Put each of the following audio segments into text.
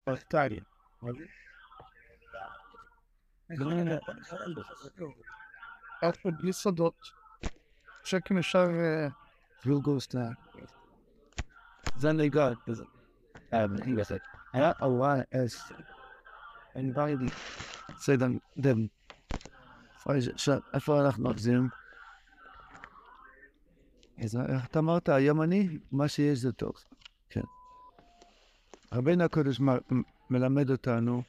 איטליה. איפה בלי סודות, שקם ישר פילגוסטה. זה נגד, היה אולי אס, אין בעידי, סיידן דם. איפה אנחנו מחזירים? אתה אמרת, הימני, מה שיש זה טוב. כן. רבינו הקודש מלמד אותנו,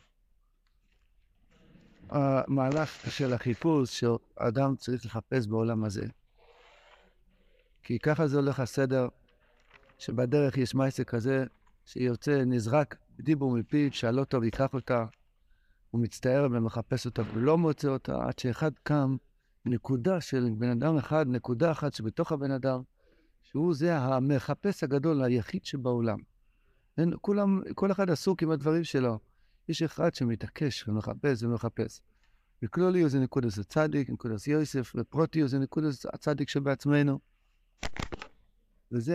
המהלך של החיפוש שאדם צריך לחפש בעולם הזה. כי ככה זה הולך הסדר, שבדרך יש מעשה כזה, שיוצא, נזרק דיבור מפיו, שהלא טוב ייקח אותה, הוא מצטער ומחפש אותה ולא מוצא אותה, עד שאחד קם, נקודה של בן אדם אחד, נקודה אחת שבתוך הבן אדם, שהוא זה המחפש הגדול, היחיד שבעולם. כל אחד עסוק עם הדברים שלו. יש אחד שמתעקש ומחפש ומחפש. וכלולי זה נקודת הצדיק, נקודת יוסף, ופרוטיו זה נקודת הצדיק שבעצמנו. וזה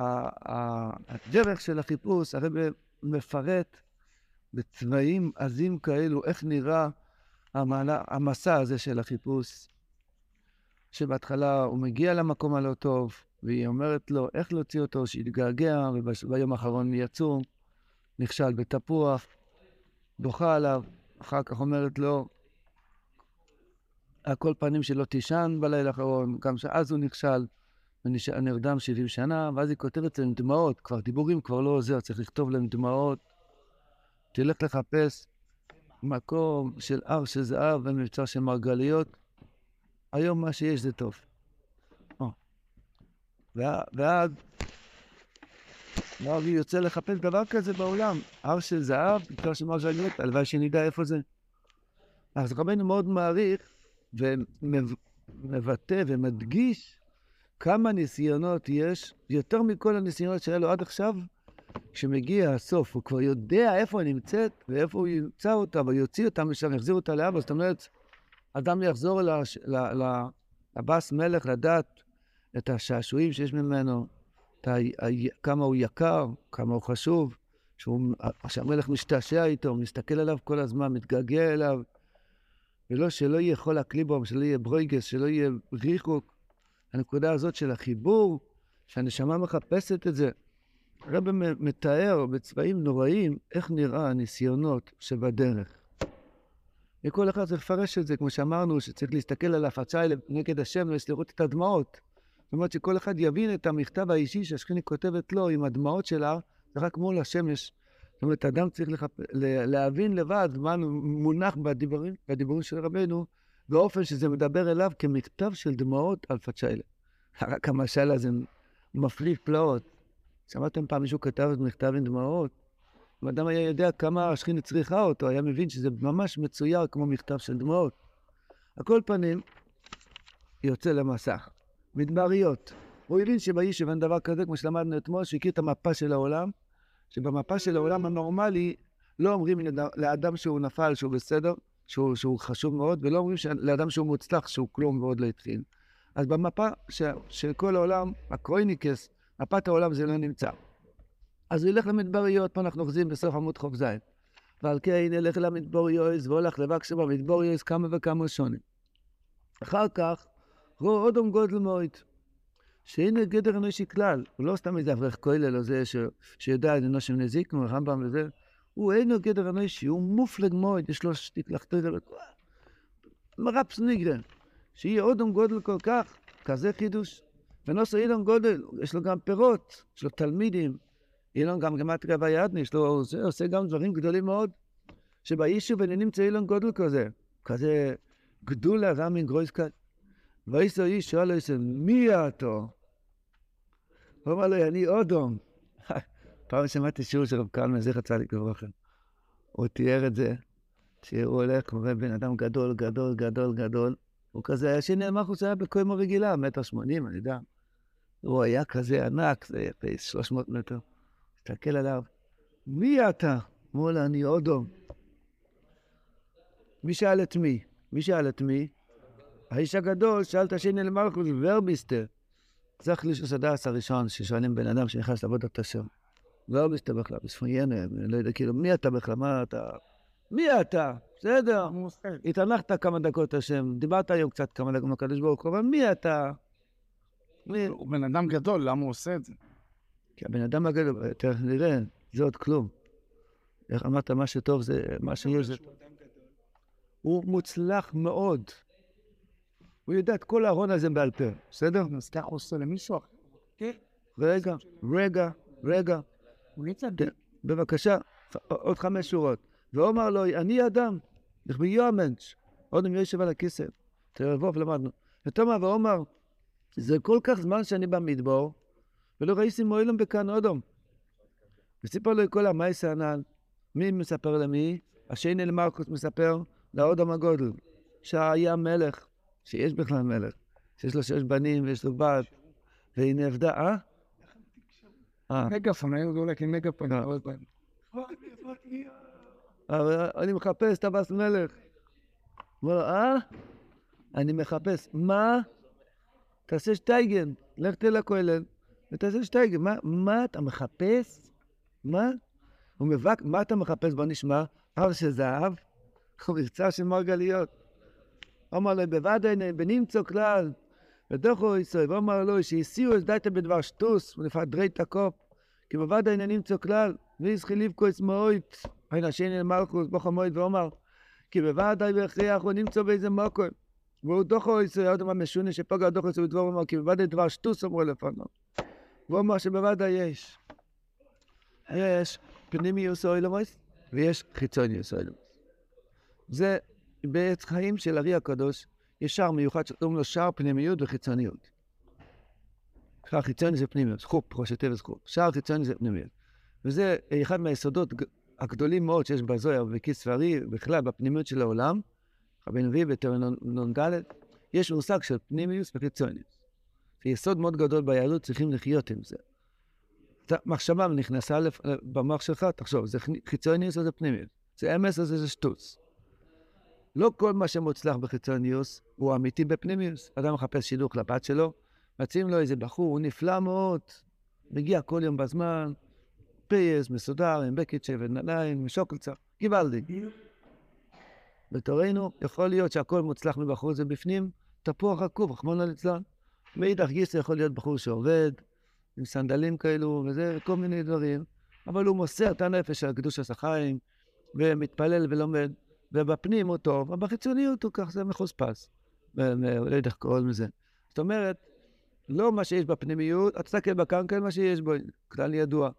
הדרך של החיפוש, הרב מפרט בצבעים עזים כאלו, איך נראה המסע הזה של החיפוש, שבהתחלה הוא מגיע למקום הלא טוב, והיא אומרת לו איך להוציא אותו, שיתגעגע, וביום האחרון יצאו, נכשל בתפוח, דוחה עליו, אחר כך אומרת לו, הכל פנים שלא תישן בלילה האחרון, גם שאז הוא נכשל, נרדם 70 שנה, ואז היא כותבת להם דמעות, כבר דיבורים כבר לא עוזר, צריך לכתוב להם דמעות, תלך לחפש מקום של הר של זהב ומבצר של מרגליות, היום מה שיש זה טוב. ואז היא יוצא לחפש דבר כזה בעולם, הר של זהב, מבצר של מרגליות, הלוואי שנדע איפה זה. אז רבנו מאוד מעריך ומבטא ומדגיש כמה ניסיונות יש, יותר מכל הניסיונות שהיה לו עד עכשיו, כשמגיע הסוף, הוא כבר יודע איפה היא נמצאת, ואיפה הוא ימצא אותה, ויוציא אותה משם, יחזיר אותה לאבא. זאת אומרת, אדם יחזור לבאס מלך לדעת את השעשועים שיש ממנו, כמה הוא יקר, כמה הוא חשוב, שהמלך משתעשע איתו, מסתכל עליו כל הזמן, מתגעגע אליו, ולא שלא יהיה חול הקליבום, שלא יהיה ברויגס, שלא יהיה ריחוק. הנקודה הזאת של החיבור, שהנשמה מחפשת את זה. הרב מתאר בצבעים נוראים איך נראה הניסיונות שבדרך. וכל אחד צריך לפרש את זה, כמו שאמרנו, שצריך להסתכל על הפצה נגד השמש, לראות את הדמעות. זאת אומרת שכל אחד יבין את המכתב האישי שהשכינה כותבת לו עם הדמעות שלה, זה רק מול השמש. זאת אומרת, האדם צריך להבין לבד מה מונח בדיבורים של רבנו, באופן שזה מדבר אליו כמכתב של דמעות על פצ'יילה. רק המשל הזה מפליף פלאות. שמעתם פעם מישהו כתב את מכתב עם דמעות? אם אדם היה יודע כמה השכינה צריכה אותו, היה מבין שזה ממש מצויר כמו מכתב של דמעות. על כל פנים, יוצא למסך. מדבריות. הוא הבין שבישב אין דבר כזה, כמו שלמדנו אתמול, שהכיר את המפה של העולם, שבמפה של העולם הנורמלי לא אומרים לאדם שהוא נפל, שהוא בסדר, שהוא חשוב מאוד, ולא אומרים לאדם שהוא מוצלח, שהוא כלום ועוד לא התחיל. אז במפה של כל העולם, הקרויניקס, מפת העולם זה לא נמצא. אז הוא ילך למדבריות, פה אנחנו אוחזים בסוף עמוד חוף זין. ועל כן ילך למדבריות, והולך לבקש במדבריות כמה וכמה שונים. אחר כך, רואה אודום גודל מאוד, שהנה גדר אנושי כלל, הוא לא סתם איזה אברך כולל או זה שיודע את אנוש נזיק, כמו הרמב"ם וזה, הוא אינו גדר אנושי, הוא מופלג מאוד, יש לו שתיק לחתות, מרפס ניגרן, שיהיה אודום גודל כל כך, כזה חידוש, ונוסו אילון גודל, יש לו גם פירות, יש לו תלמידים, אילון גם גמטריה בידני, יש לו, עושה גם דברים גדולים מאוד, שבאישו ונמצא אילון גודל כזה גדולה, רמין גרויסקת, ואיסו איש שואל איסו, מי אתה? הוא אמר לו, אני אודום. פעם שמעתי שיעור של רב קלמן, זכר צדיק לברכה. הוא תיאר את זה, שהוא הולך, הוא רואה בן אדם גדול, גדול, גדול, גדול. הוא כזה, השני אמר, הוא היה בקוימה רגילה, 1.80 מטר, אני יודע. הוא היה כזה ענק, זה יפה, 300 מטר. תסתכל עליו, מי אתה? אמרו לו, אני אודום. מי שאל את מי? מי שאל את מי? האיש הגדול שאל את השני למלכוס, ורביסטר. צריך לשאול סדס הראשון ששואלים בן אדם שנכנס לעבוד את השם. לא מסתבך לה, בספיינה, לא יודע, כאילו, מי אתה בכלל, מה אתה? מי אתה? בסדר, התענחת כמה דקות השם, דיברת היום קצת כמה דקות מהקדוש ברוך הוא, אבל מי אתה? הוא בן אדם גדול, למה הוא עושה את זה? כי הבן אדם הגדול, תכף נראה, זה עוד כלום. איך אמרת, מה שטוב זה, מה שיש זה... הוא מוצלח מאוד. הוא יודע את כל הארון הזה בעל פה, בסדר? אז ככה עושה למישהו אחר. כן. רגע. הוא נצא. בבקשה, עוד 5 שורות. ואומר לו, אני אדם, נכבי יומנץ', עוד אם יושב על הכיסא. תרבוב, למדנו. ותאמר ואומר, זה כל כך זמן שאני במדבור, ולא ראיתי מועילם בכאן אודום. וסיפר לו כל המייס הענן, מי מספר למי? השני למרקוס מספר לאודם הגודל, שהיה מלך, שיש בכלל מלך, שיש לו 6 בנים ויש לו בת, והיא נעבדה, מגפון, היו אולי כמגפון. אני מחפש את הבס מלך. הוא אומר, אני מחפש, מה? תעשה שטייגן, לך תל הכולל, ותעשה שטייגן, מה אתה מחפש? מה? הוא מבק, מה אתה מחפש? בוא נשמע, הר של זהב, הוא מבצע של מרגליות. אמר לו, בוודאי בנמצוא כלל, ודוחו ישראל, ואומר לו, שהסיעו את דייתם בדבר שטוס, ונפדרי את הקופ, כי בוודאי נמצוא כלל, ויזכי לבכו את מועית, היינה שני למלכוס, בוכו מועית, ואומר, כי בוודאי בהכריח הוא נמצוא באיזה מוקר, והוא דוחו ישראל, עוד אמר משונה שפוגע דוחו ישראל, ודבור אמר, כי בוודאי דבר שטוס אמרו לפנו. והוא אמר שבוודאי יש פנימיוס אוילומוס, ויש חיצוניוס אוילומוס. זה בעץ חיים של ארי הקדוש, יש שער מיוחד שקוראים לו שער פנימיות וחיצוניות. שער חיצוני זה פנימיות, חופ, ראשי תיבס חופ. שער חיצוני זה פנימיות. וזה אחד מהיסודות הגדולים מאוד שיש בזוהר ובכיספרי, בכלל בפנימיות של העולם, רבינו וי בתרנ"ד, יש מושג של פנימיוס וחיצוניות. זה יסוד מאוד גדול ביהדות, צריכים לחיות עם זה. מחשבה נכנסה במוח שלך, תחשוב, זה חיצוניוס או זה פנימיות? זה אמס או זה שטוץ? לא כל מה שמוצלח בחיצוניוס הוא אמיתי בפנימיוס. אדם מחפש שידוך לבת שלו, מציעים לו איזה בחור, הוא נפלא מאוד, מגיע כל יום בזמן, פייס, מסודר, עם בקיצ'ה ונעליים, משוקולצה, גיבלדי. בתורנו, יכול להיות שהכל מוצלח מבחור זה בפנים, תפוח עקוב, רחמנא ליצלן. מאידך גיסא יכול להיות בחור שעובד, עם סנדלים כאלו וזה, כל מיני דברים, אבל הוא מוסר את הנפש על קדושת החיים, ומתפלל ולומד, ובפנים הוא טוב, אבל בחיצוניות הוא כך, זה מחוספס. לא יודע איך קוראים לזה. זאת אומרת, לא מה שיש בפנימיות, אתה תסתכל בקנקל מה שיש בו, כלל ידוע.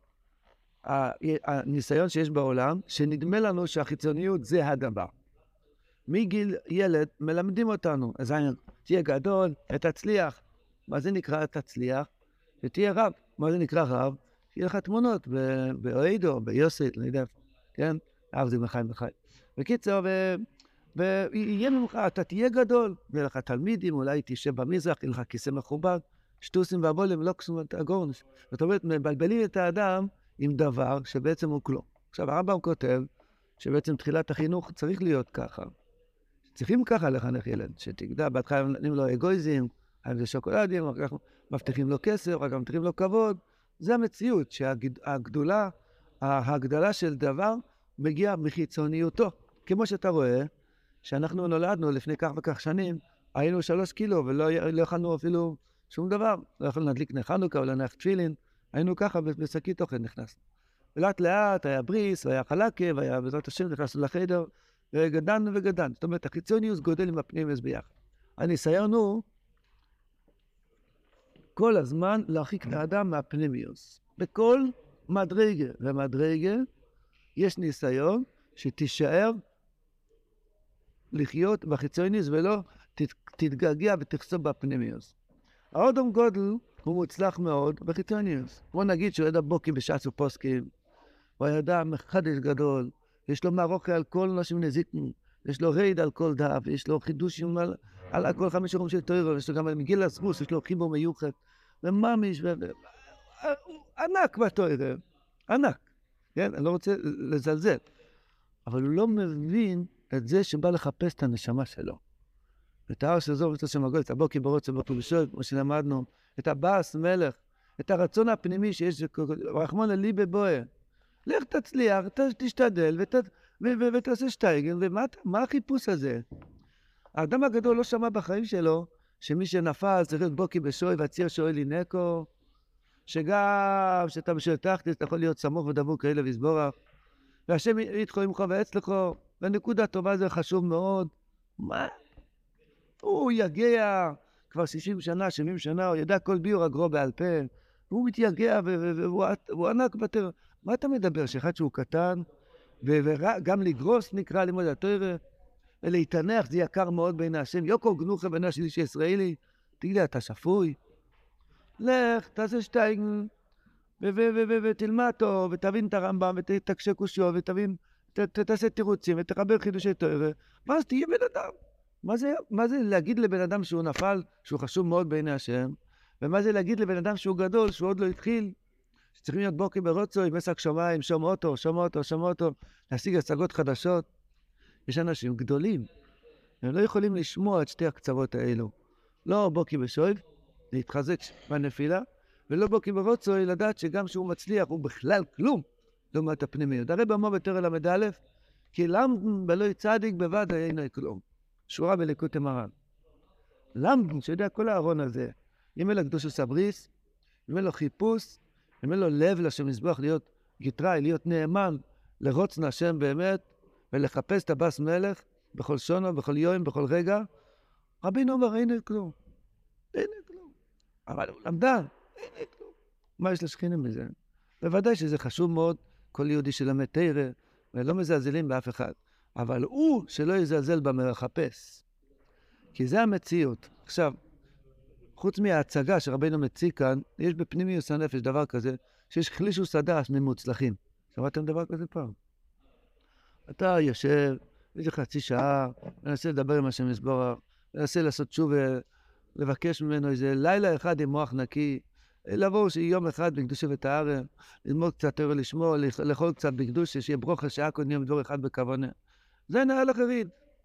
הניסיון שיש בעולם, שנדמה לנו שהחיצוניות זה הדבר. מגיל ילד מלמדים אותנו, אז תהיה גדול, תצליח. מה זה נקרא תצליח? שתהיה רב. מה זה נקרא רב? שיהיה לך תמונות באוידו, ביוסית, לא יודע, כן? רב זה מחיים. בקיצור, ויהיה ממך, אתה תהיה גדול, ויהיה לך תלמידים, אולי תשב במזרח, יהיה לך כיסא מכובד, שטוסים והבולים, לא קסום את הגורנש. זאת אומרת, מבלבלים את האדם עם דבר שבעצם הוא כלום. עכשיו, הרמב"ם כותב שבעצם תחילת החינוך צריך להיות ככה. צריכים ככה לחנך ילד, שתגדע, בהתחלה נותנים לו אגואיזם, האם זה שוקולדים, אחר כך מבטיחים לו כסף, אחר כך מבטיחים לו כבוד. זה המציאות, ההגדלה של דבר מגיעה מחיצוניותו. כמו שאתה רואה, שאנחנו נולדנו לפני כך וכך שנים, היינו 3 קילו ולא יכלנו אפילו שום דבר. לא יכולנו להדליק חנוכה או להניח תפילין, היינו ככה בשקית אוכל נכנסנו. ולאט לאט היה בריס, והיה חלקה, והיה בעזרת השם נכנסנו לחדר, וגדלנו. זאת אומרת, החיצוניוס גודל עם הפנימיוס ביחד. הניסיון הוא כל הזמן להרחיק את האדם מהפנימיוס. בכל מדרגה ומדרגה יש ניסיון שתישאר לחיות בחיצוניוס ולא תתגעגע ותחסוב בפנימיוס. האודם גודל הוא מוצלח מאוד בחיצוניוס. בוא נגיד שהוא ידע בוקי בשעת ופוסקים, הוא ידע מחדש גדול, יש לו מרוקה על כל נשים נזיקן, יש לו ריד על כל דף, יש לו חידושים על כל 5 יום של תוירו, יש לו גם מגיל הסרוס, יש לו חיבור מיוחד, וממיש, ענק בתוירו, ענק, כן? אני לא רוצה לזלזל, אבל הוא לא מבין את זה שבא לחפש את הנשמה שלו. את ההר של זוב, את השם הגול, את הבוקי ברוץ, את הבוקי בשול, כמו שלמדנו, את הבאס מלך, את הרצון הפנימי שיש, רחמנא ליבא בואה. לך תצליח, תשתדל ותעשה שטייגן, ומה החיפוש הזה? האדם הגדול לא שמע בחיים שלו שמי שנפל צריך להיות בוקי בשוי והציר שואל לינקו, שגם שאתה בשוי תחתית, אתה יכול להיות סמוך ודבוק כאלה ויסבורך, והשם יתכו עמך ואצלכו, והנקודה טובה זה חשוב מאוד. מה? הוא יגע כבר 60 שנה, 70 שנה, הוא ידע כל ביור הגרו בעל פה, הוא מתייגע והוא ענק בטר. מה אתה מדבר? שאחד שהוא קטן, וגם לגרוס נקרא לימוד התורה, ולהתענך זה יקר מאוד בין השם. יוקו גנוחה בין השליש ישראלי, תגיד לי, אתה שפוי? לך, תעשה שטיין, ותלמד טוב, ותבין את הרמב"ם, ותקשה קושיו, ותבין, תעשה תירוצים, ותחבר חידושי תורה, ואז תהיה בן אדם. מה זה להגיד לבן אדם שהוא נפל, שהוא חשוב מאוד בעיני השם, ומה זה להגיד לבן אדם שהוא גדול, שהוא עוד לא התחיל, שצריכים להיות בוקי ברוצוי, מסק שמיים, שום אותו, להשיג השגות חדשות. יש אנשים גדולים, הם לא יכולים לשמוע את שתי הקצוות האלו. לא בוקי בשויב, להתחזק בנפילה, ולא בוקי ברוצוי, לדעת שגם שהוא מצליח, הוא בכלל כלום, לעומת הפנימיות. הרי במו בתורה למד א', כי למדן בלוי צדיק בבד אינו כלום. שורה בליקוטי מרן. למדן, שיודע כל הארון הזה, אם אין לו קדוש וסבריס, אם אין לו חיפוש, אם אין לו לב לשם מזבח להיות גיטראי, להיות נאמן, לרוצן השם באמת, ולחפש את הבס מלך, בכל שונו, בכל יום, בכל רגע, רבינו אומר, אין כלום. אין כלום. אבל הוא למדן, אין כלום. מה יש לשכינים מזה? בוודאי שזה חשוב מאוד, כל יהודי שלמד תורה, ולא מזלזלים באף אחד. אבל הוא שלא יזלזל במחפש. כי זה המציאות. עכשיו, חוץ מההצגה שרבינו מציג כאן, יש בפנימיוס הנפש דבר כזה, שיש חלישוס הדעת ממוצלחים. שמעתם דבר כזה פעם? אתה יושב, איזה חצי שעה, מנסה לדבר עם השם יסבורך, מנסה לעשות שוב, לבקש ממנו איזה לילה אחד עם מוח נקי, לבוא יום אחד בקדושה וטהרה, ללמוד קצת תורה לשמור, לאכול קצת בקדושה, שיהיה ברוכה שעה קודמים דבר אחד בכוונה. זה נעל אחרית.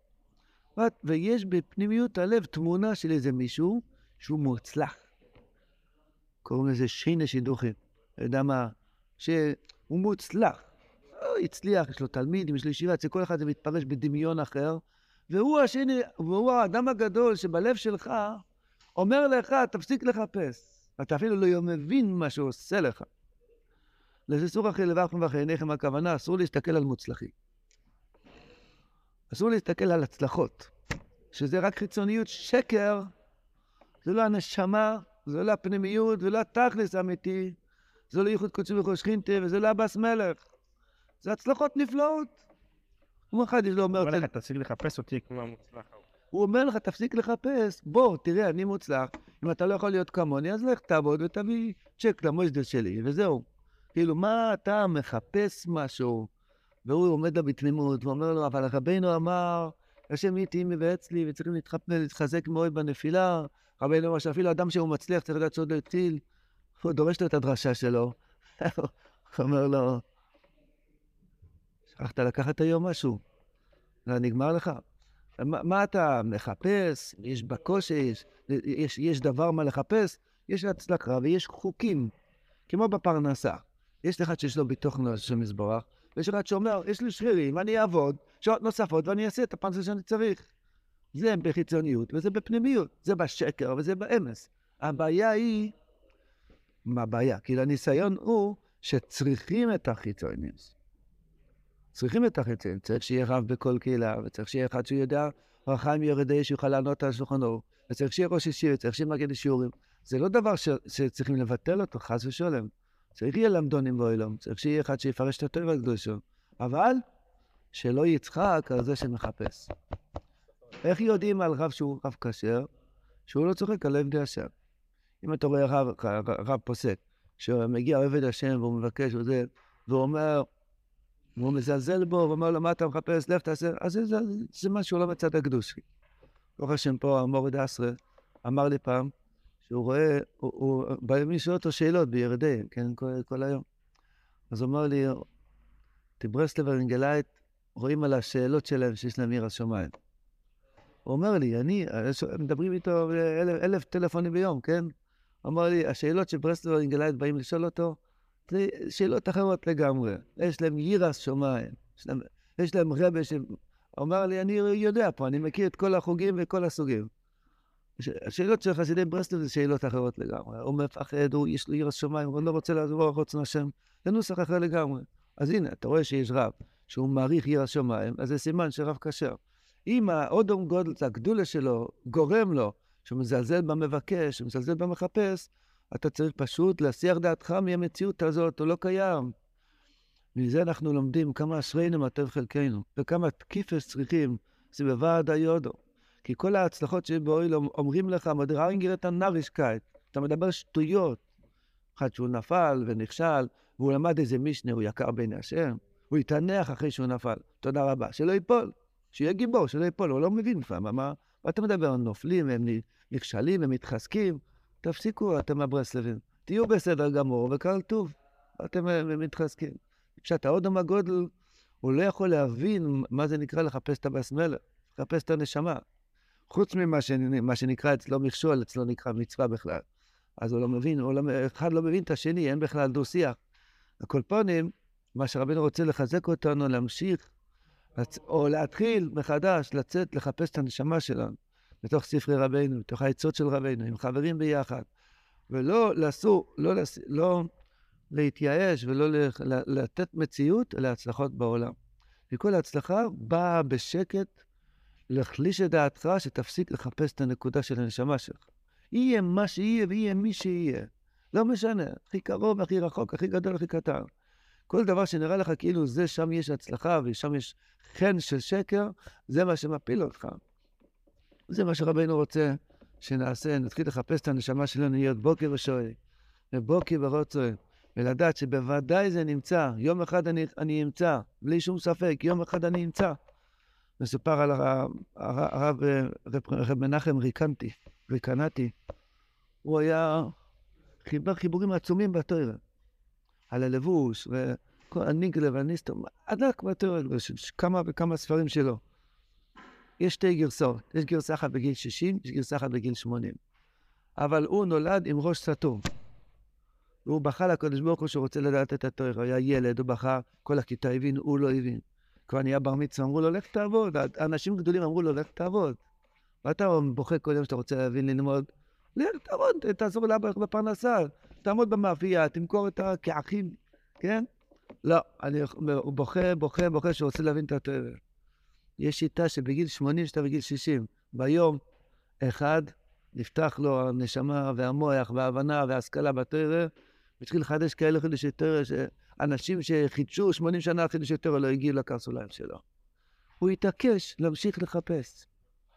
ויש בפנימיות הלב תמונה של איזה מישהו שהוא מוצלח. קוראים לזה שינה שידוכים. אתה יודע מה? שהוא מוצלח. הוא הצליח, יש לו תלמיד, יש לו ישיבה, אצל כל אחד זה מתפרש בדמיון אחר, והוא השני, והוא האדם הגדול שבלב שלך אומר לך, תפסיק לחפש. אתה אפילו לא מבין מה שהוא עושה לך. לססור אחרי לבחם ואחרי עיניכם הכוונה, אסור להסתכל על מוצלחים. אסור להסתכל על הצלחות, שזה רק חיצוניות שקר, זה לא הנשמה, זה לא הפנימיות, זה לא התכלס האמיתי, זה לא ייחוד קודשי וכל שכינתה, וזה לא הבס מלך. זה הצלחות נפלאות. הוא אחד יש לו אומר... הוא אומר לך, תפסיק לחפש אותי כמו המוצלח. הוא אומר לך, תפסיק לחפש, בוא, תראה, אני מוצלח, אם אתה לא יכול להיות כמוני, אז לך תעבוד ותביא צ'ק למושדל שלי, וזהו. כאילו, מה אתה מחפש משהו? והוא עומד לו בתמימות, ואומר לו, אבל רבינו אמר, השם איתי עמי ואצלי, וצריכים להתחזק מאוד בנפילה. רבינו אמר שאפילו אדם שהוא מצליח, צריך לדעת שעוד לא התחיל. הוא דורש לו את הדרשה שלו. הוא אומר לו, שכחת לקחת היום משהו? לא, נגמר לך. מה אתה מחפש? יש בקושי, יש דבר מה לחפש? יש הצלחה ויש חוקים, כמו בפרנסה. יש אחד שיש לו ביטחון של מזבח, ויש אחד שאומר, יש לי שרירים, אני אעבוד שעות נוספות ואני אעשה את הפרנסה שאני צריך. זה בחיצוניות וזה בפנימיות, זה בשקר וזה באמס. הבעיה היא, מה הבעיה? כי הניסיון הוא שצריכים את החיצוניות. צריכים את החיצוניות, צריך שיהיה רב בכל קהילה, וצריך שיהיה אחד שהוא יודע, רחיים ירדי שיוכל לענות על שולחנו, וצריך שיהיה ראש ישיר, צריך שיהיה מגן לשיעורים. זה לא דבר שצריכים לבטל אותו, חס ושלום. צריך יהיה למדונים באוילום, צריך שיהיה אחד שיפרש את התורה הקדושה, אבל שלא יצחק על זה שמחפש. איך יודעים על רב שהוא רב כשר, שהוא לא צוחק על עבדי השם? אם אתה רואה רב פוסק, שמגיע עבד השם והוא מבקש וזה, והוא אומר, והוא מזלזל בו, ואומר לו, מה אתה מחפש? לך תעשה, אז זה משהו לא מצד הקדוש. ברוך השם פה, המורד אסרה, אמר לי פעם, שהוא רואה, הוא בימים שואל אותו שאלות בירדי, כן, כל היום. אז הוא אמר לי, תברסלב הרנגלייט, רואים על השאלות שלהם שיש להם עיר השמיים. הוא אומר לי, מדברים איתו 1,000 טלפונים ביום, כן? אמר לי, השאלות שברסלב אינגלייט באים לשאול אותו, זה שאלות אחרות לגמרי. יש להם יראת שמיים. יש להם רבי שאומר לי, אני יודע פה, אני מכיר את כל החוגים וכל הסוגים. השאלות של חסידי ברסלב זה שאלות אחרות לגמרי. הוא מפחד, יש לו יראת שמיים, הוא לא רוצה לעזור רצון השם. זה נוסח אחר לגמרי. אז הנה, אתה רואה שיש רב שהוא מעריך יראת שמיים, אז זה סימן שרב כשר. אם האודום גודל, הגדולה שלו, גורם לו, שהוא מזלזל במבקש, שהוא מזלזל במחפש, אתה צריך פשוט להסיח דעתך מהמציאות הזאת, הוא לא קיים. מזה אנחנו לומדים כמה אשרינו מטב חלקנו, וכמה תקיפס צריכים, זה בוועד היודו. כי כל ההצלחות שבאוהל אומרים לך, מדבר אינגרת הנרישקייט, אתה מדבר שטויות. אחד שהוא נפל ונכשל, והוא למד איזה משנה, הוא יקר בעיני השם, הוא יתענח אחרי שהוא נפל. תודה רבה, שלא ייפול, שיהיה גיבור, שלא ייפול, הוא לא מבין לפעמים, מה אתה מדבר? הם נופלים, הם נכשלים, הם מתחזקים, תפסיקו, אתם הברסלבים, תהיו בסדר גמור וקל טוב, אתם מתחזקים. פשוט האודם הגודל, הוא לא יכול להבין מה זה נקרא לחפש את הבס מלך, לחפש את הנשמה. חוץ ממה שנקרא אצלו מכשול, אצלו נקרא מצווה בכלל. אז הוא לא מבין, אחד לא מבין את השני, אין בכלל דו שיח. הכל פונים, מה שרבינו רוצה לחזק אותנו, להמשיך, או להתחיל מחדש, לצאת, לחפש את הנשמה שלנו, בתוך ספרי רבינו, בתוך העצות של רבינו, עם חברים ביחד, ולא לא להתייאש ולא לתת מציאות להצלחות בעולם. וכל ההצלחה באה בשקט להחליש את דעתך שתפסיק לחפש את הנקודה של הנשמה שלך. יהיה מה שיהיה ויהיה מי שיהיה. לא משנה, הכי קרוב, הכי רחוק, הכי גדול, הכי קטן. כל דבר שנראה לך כאילו זה שם יש הצלחה ושם יש חן של שקר, זה מה שמפיל אותך. זה מה שרבינו רוצה שנעשה, נתחיל לחפש את הנשמה שלנו, להיות בוקר ושואל, ובוקר ורוצוי, ולדעת שבוודאי זה נמצא, יום אחד אני אמצא, בלי שום ספק, יום אחד אני אמצא. מסופר על הרב מנחם ריקנתי, הוא היה חיבר חיבורים עצומים בתורה, על הלבוש וכל הניגלה והניסטר, ענק בתורה, כמה וכמה ספרים שלו. יש שתי גרסאות, יש גרסה אחת בגיל 60, יש גרסה אחת בגיל 80. אבל הוא נולד עם ראש סתום. והוא בכה לקדוש ברוך הוא שרוצה לדעת את התורה, הוא היה ילד, הוא בכה, כל הכיתה הבין, הוא לא הבין. כבר נהיה בר מצווה, אמרו לו, לך תעבוד. אנשים גדולים אמרו לו, לך תעבוד. ואתה בוכה כל יום שאתה רוצה להבין, ללמוד, לך תעבוד, תעזור לאבא בפרנסה, תעמוד במאפייה, תמכור את הכעכים, כן? לא, הוא בוכה שרוצה להבין את התורה. יש שיטה שבגיל 80 שאתה בגיל 60, ביום אחד נפתח לו הנשמה והמוח וההבנה וההשכלה בתורה, התחיל לחדש כאלה חידושי תורה, שאנשים שחידשו 80 שנה חידושי תורה לא הגיעו לקרסוליים שלו. הוא התעקש להמשיך לחפש.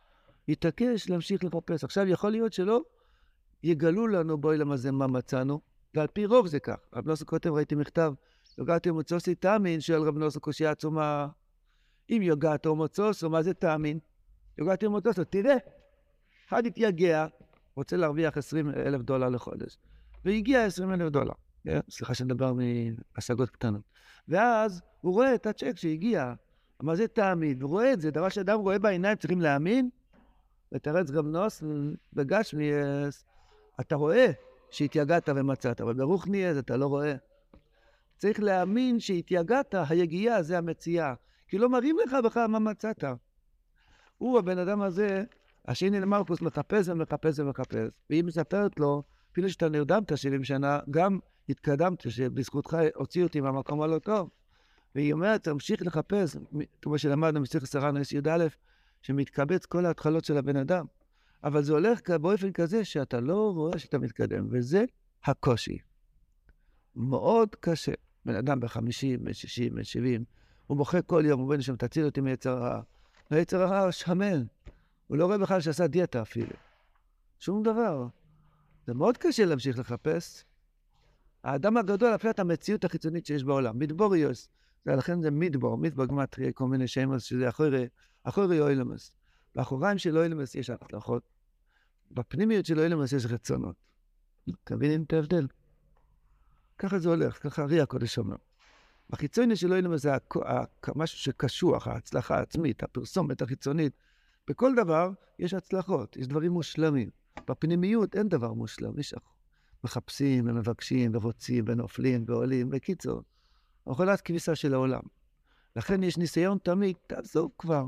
עכשיו יכול להיות שלא יגלו לנו בעולם הזה מה מצאנו, ועל פי רוב זה כך. רב נוסו כותב, ראיתי מכתב, יוגעתי ומוצוסי תאמין, שואל רב נוסו קושיה עצומה, אם יוגעת ומוצוסו, מה זה תאמין? יוגעתי ומוצוסו, תראה, אחד התייגע, רוצה להרוויח $20,000 לחודש, והגיע $20,000. סליחה שנדבר מהשגות קטנות. ואז הוא רואה את הצ'ק שהגיע, מה זה תאמין? הוא רואה את זה, דבר שאדם רואה בעיניים, צריכים להאמין, ותרץ גם נוס, בגש אתה רואה שהתייגעת ומצאת, אבל ברוך נהיה, אתה לא רואה. צריך להאמין שהתייגעת, היגיעה זה המציאה, כי לא מראים לך בכלל מה מצאת. הוא, הבן אדם הזה, השני למרקוס מחפש ומחפש ומחפש, והיא מספרת לו, אפילו שאתה נרדמת 70 שנה, גם התקדמת, שבזכותך הוציא אותי מהמקום הלא טוב. והיא אומרת, תמשיך לחפש, כמו שלמדנו מסכת סרן י"א, שמתקבץ כל ההתחלות של הבן אדם. אבל זה הולך באופן כזה שאתה לא רואה שאתה מתקדם, וזה הקושי. מאוד קשה. בן אדם ב-50, ב-60, ב-70, הוא בוכה כל יום, הוא בן שם, תציל אותי מיצר הרע. ויצר הרע שמן. הוא לא רואה בכלל שעשה דיאטה אפילו. שום דבר. זה מאוד קשה להמשיך לחפש. האדם הגדול אפילו את המציאות החיצונית שיש בעולם. מדבוריוס. לכן זה מדבור גמטריה, כל מיני שמות שזה אחורי אוילמס. באחוריים של אוילמס יש הצלחות. בפנימיות של אוילמס יש רצונות. תבינים את ההבדל? ככה זה הולך, ככה ארי הקודש אומר. בחיצוני של אוילמס זה משהו שקשוח, ההצלחה העצמית, הפרסומת החיצונית. בכל דבר יש הצלחות, יש דברים מושלמים. בפנימיות אין דבר מושלם, מחפשים ומבקשים ורוצים ונופלים ועולים. בקיצור, אוכלת כביסה של העולם. לכן יש ניסיון תמיד, תעזוב כבר.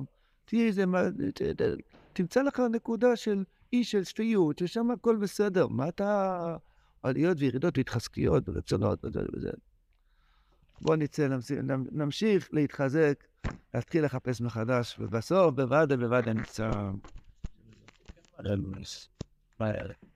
תמצא לך נקודה של איש של שפיות, ששם הכל בסדר. מה אתה... עליות וירידות והתחזקיות ורצונות וזה. בוא נצא, נמשיך להתחזק, להתחיל לחפש מחדש, ובסוף בוודא נמצא...